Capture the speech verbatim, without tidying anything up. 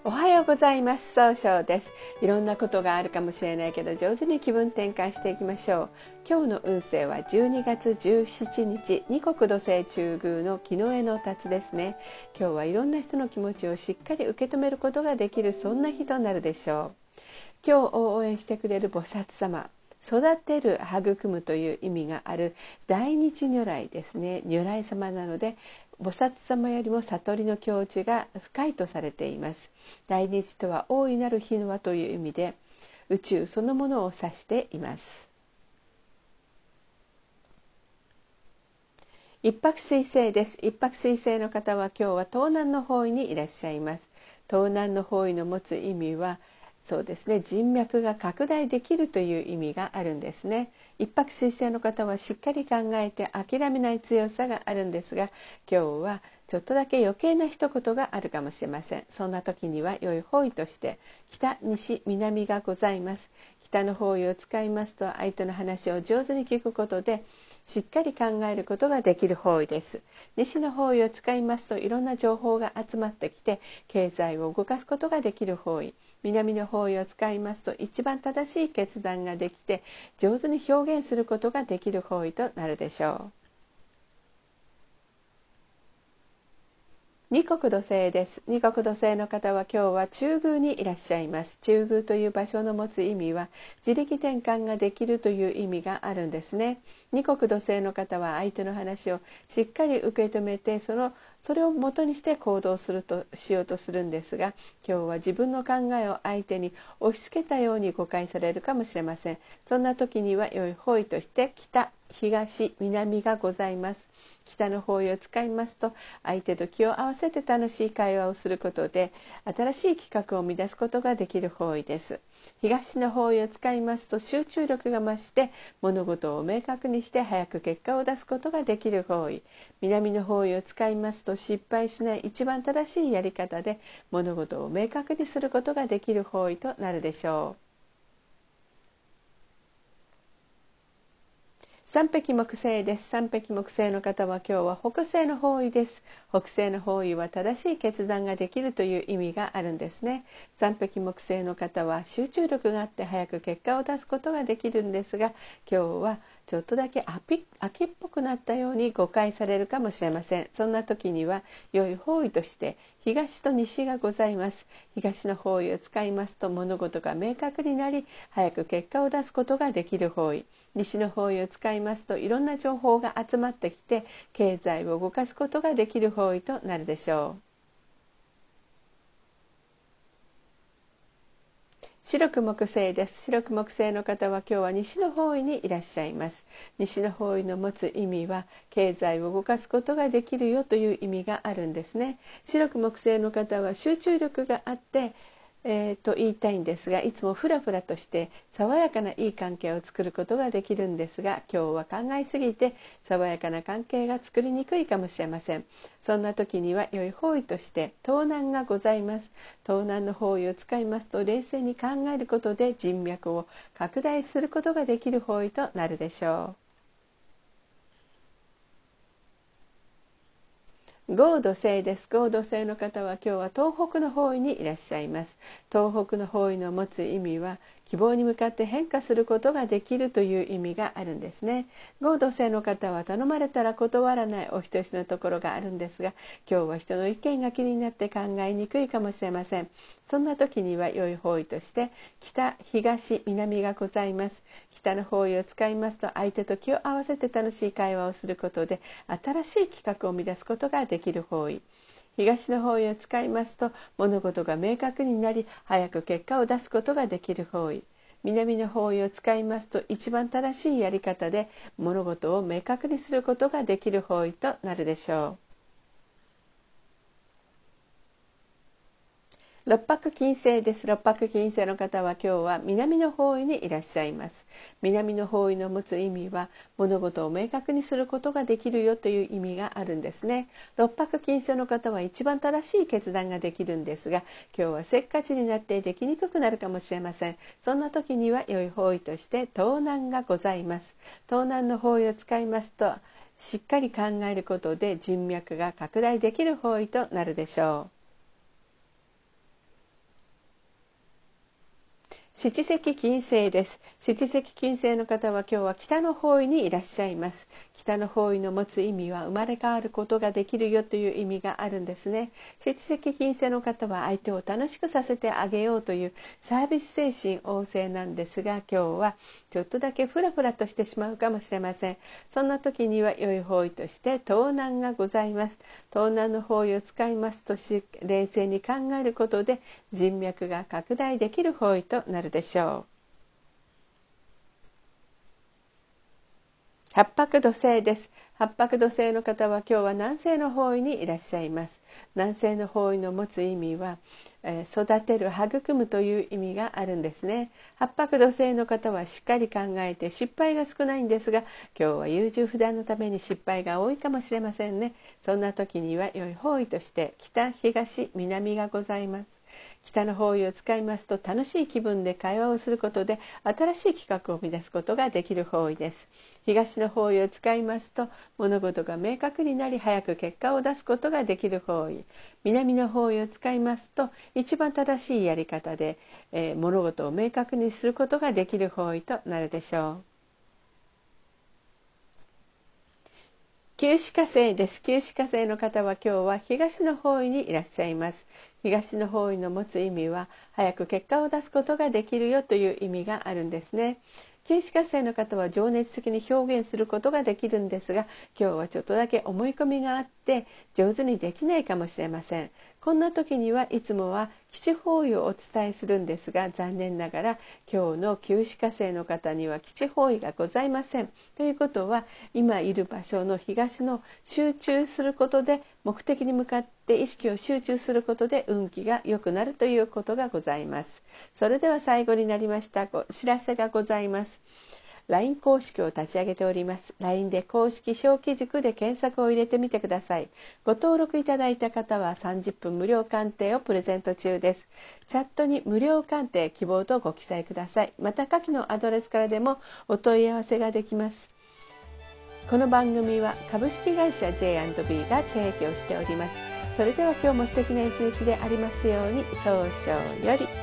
おはようございます。総称です。いろんなことがあるかもしれないけど、上手に気分転換していきましょう。今日の運勢はじゅうにがつじゅうしちにち、二国土星中宮の木の絵の辰ですね。今日はいろんな人の気持ちをしっかり受け止めることができる、そんな日となるでしょう。今日を応援してくれる菩薩様、育てる育むという意味がある大日如来ですね。如来様なので、菩薩様よりも悟りの境地が深いとされています。大日とは大いなる日の輪という意味で、宇宙そのものを指しています。一泊水星です。一泊水星の方は今日は東南の方位にいらっしゃいます。東南の方位の持つ意味は、そうですね、人脈が拡大できるという意味があるんですね。一泊水星の方はしっかり考えて諦めない強さがあるんですが、今日はちょっとだけ余計な一言があるかもしれません。そんな時には良い方位として北、西、南がございます。北の方位を使いますと、相手の話を上手に聞くことでしっかり考えることができる方位です。西の方位を使いますと、いろんな情報が集まってきて経済を動かすことができる方位。南の方位を使いますと、一番正しい決断ができて上手に表現することができる方位となるでしょう。二国土星です。二国土星の方は今日は中宮にいらっしゃいます。中宮という場所の持つ意味は、自力転換ができるという意味があるんですね。二国土星の方は相手の話をしっかり受け止めて、そのそれを元にして行動するとしようとするんですが、今日は自分の考えを相手に押し付けたように誤解されるかもしれません。そんな時には良い方位として北、東、南がございます。北の方位を使いますと、相手と気を合わせて楽しい会話をすることで新しい企画を生み出すことができる方位です。東の方位を使いますと、集中力が増して物事を明確にして早く結果を出すことができる方位。南の方位を使いますと、失敗しない一番正しいやり方で物事を明確にすることができる方位となるでしょう。三匹木星です。三匹木星の方は今日は北西の方位です。北西の方位は正しい決断ができるという意味があるんですね。三匹木星の方は集中力があって早く結果を出すことができるんですが、今日はちょっとだけ秋っぽくなったように誤解されるかもしれません。そんな時には良い方位として東と西がございます。東の方位を使いますと、物事が明確になり早く結果を出すことができる方位。西の方位を使いますと、いろんな情報が集まってきて経済を動かすことができる方位となるでしょう。白く木星です。白く木星の方は今日は西の方位にいらっしゃいます。西の方位の持つ意味は、経済を動かすことができるよという意味があるんですね。白く木星の方は集中力があってえー、と言いたいんですが、いつもフラフラとして爽やかないい関係を作ることができるんですが、今日は考えすぎて爽やかな関係が作りにくいかもしれません。そんな時には良い方位として東南がございます。東南の方位を使いますと、冷静に考えることで人脈を拡大することができる方位となるでしょう。合土星です。合土星の方は今日は東北の方位にいらっしゃいます。東北の方位の持つ意味は、希望に向かって変化することができるという意味があるんですね。合土星の方は頼まれたら断らないお人よしのところがあるんですが、今日は人の意見が気になって考えにくいかもしれません。そんな時には良い方位として北、東、南がございます。北の方位を使いますと、相手と気を合わせて楽しい会話をすることで新しい企画を生み出すことができる方位。東の方位を使いますと、物事が明確になり早く結果を出すことができる方位。南の方位を使いますと、一番正しいやり方で物事を明確にすることができる方位となるでしょう。六白金星です。六白金星の方は今日は南の方位にいらっしゃいます。南の方位の持つ意味は、物事を明確にすることができるよという意味があるんですね。六白金星の方は一番正しい決断ができるんですが、今日はせっかちになってできにくくなるかもしれません。そんな時には良い方位として東南がございます。東南の方位を使いますと、しっかり考えることで人脈が拡大できる方位となるでしょう。 七石金星です。七石金星の方は今日は北の方位にいらっしゃいます。北の方位の持つ意味は生まれ変わることができるよという意味があるんですね。七石金星の方は相手を楽しくさせてあげようというサービス精神旺盛なんですが、今日はちょっとだけフラフラとしてしまうかもしれません。そんな時には良い方位として東南がございます。東南の方位を使いますとし冷静に考えることで人脈が拡大できる方位となるでしょう。八白土星です。八白土星の方は今日は南西の方位にいらっしゃいます。南西の方位の持つ意味は、えー、育てる、育むという意味があるんですね。八白土星の方はしっかり考えて失敗が少ないんですが、今日は優柔不断のために失敗が多いかもしれませんね。そんな時には良い方位として北、東、南がございます。北の方位を使いますと楽しい気分で会話をすることで新しい企画を生み出すことができる方位です。東の方位を使いますと物事が明確になり早く結果を出すことができる方位。南の方位を使いますと一番正しいやり方で、えー、物事を明確にすることができる方位となるでしょう。九死火星です。九死火星の方は今日は東の方位にいらっしゃいます。東の方位の持つ意味は早く結果を出すことができるよという意味があるんですね。九死火星の方は情熱的に表現することができるんですが、今日はちょっとだけ思い込みがあって上手にできないかもしれません。こんな時にはいつもは基地方位をお伝えするんですが、残念ながら今日の九死火星の方には基地方位がございません。ということは今いる場所の東の集中することで目的に向かって意識を集中することで運気が良くなるということがございます。それでは最後になりましたお知らせがございます。ライン 公式を立ち上げております。ライン で公式小規塾で検索を入れてみてください。ご登録いただいた方はさんじゅっぷん無料鑑定をプレゼント中です。チャットに無料鑑定希望とご記載ください。また下記のアドレスからでもお問い合わせができます。この番組は株式会社 ジェイアンドビー が提供しております。それでは今日も素敵な一日でありますように。早々より。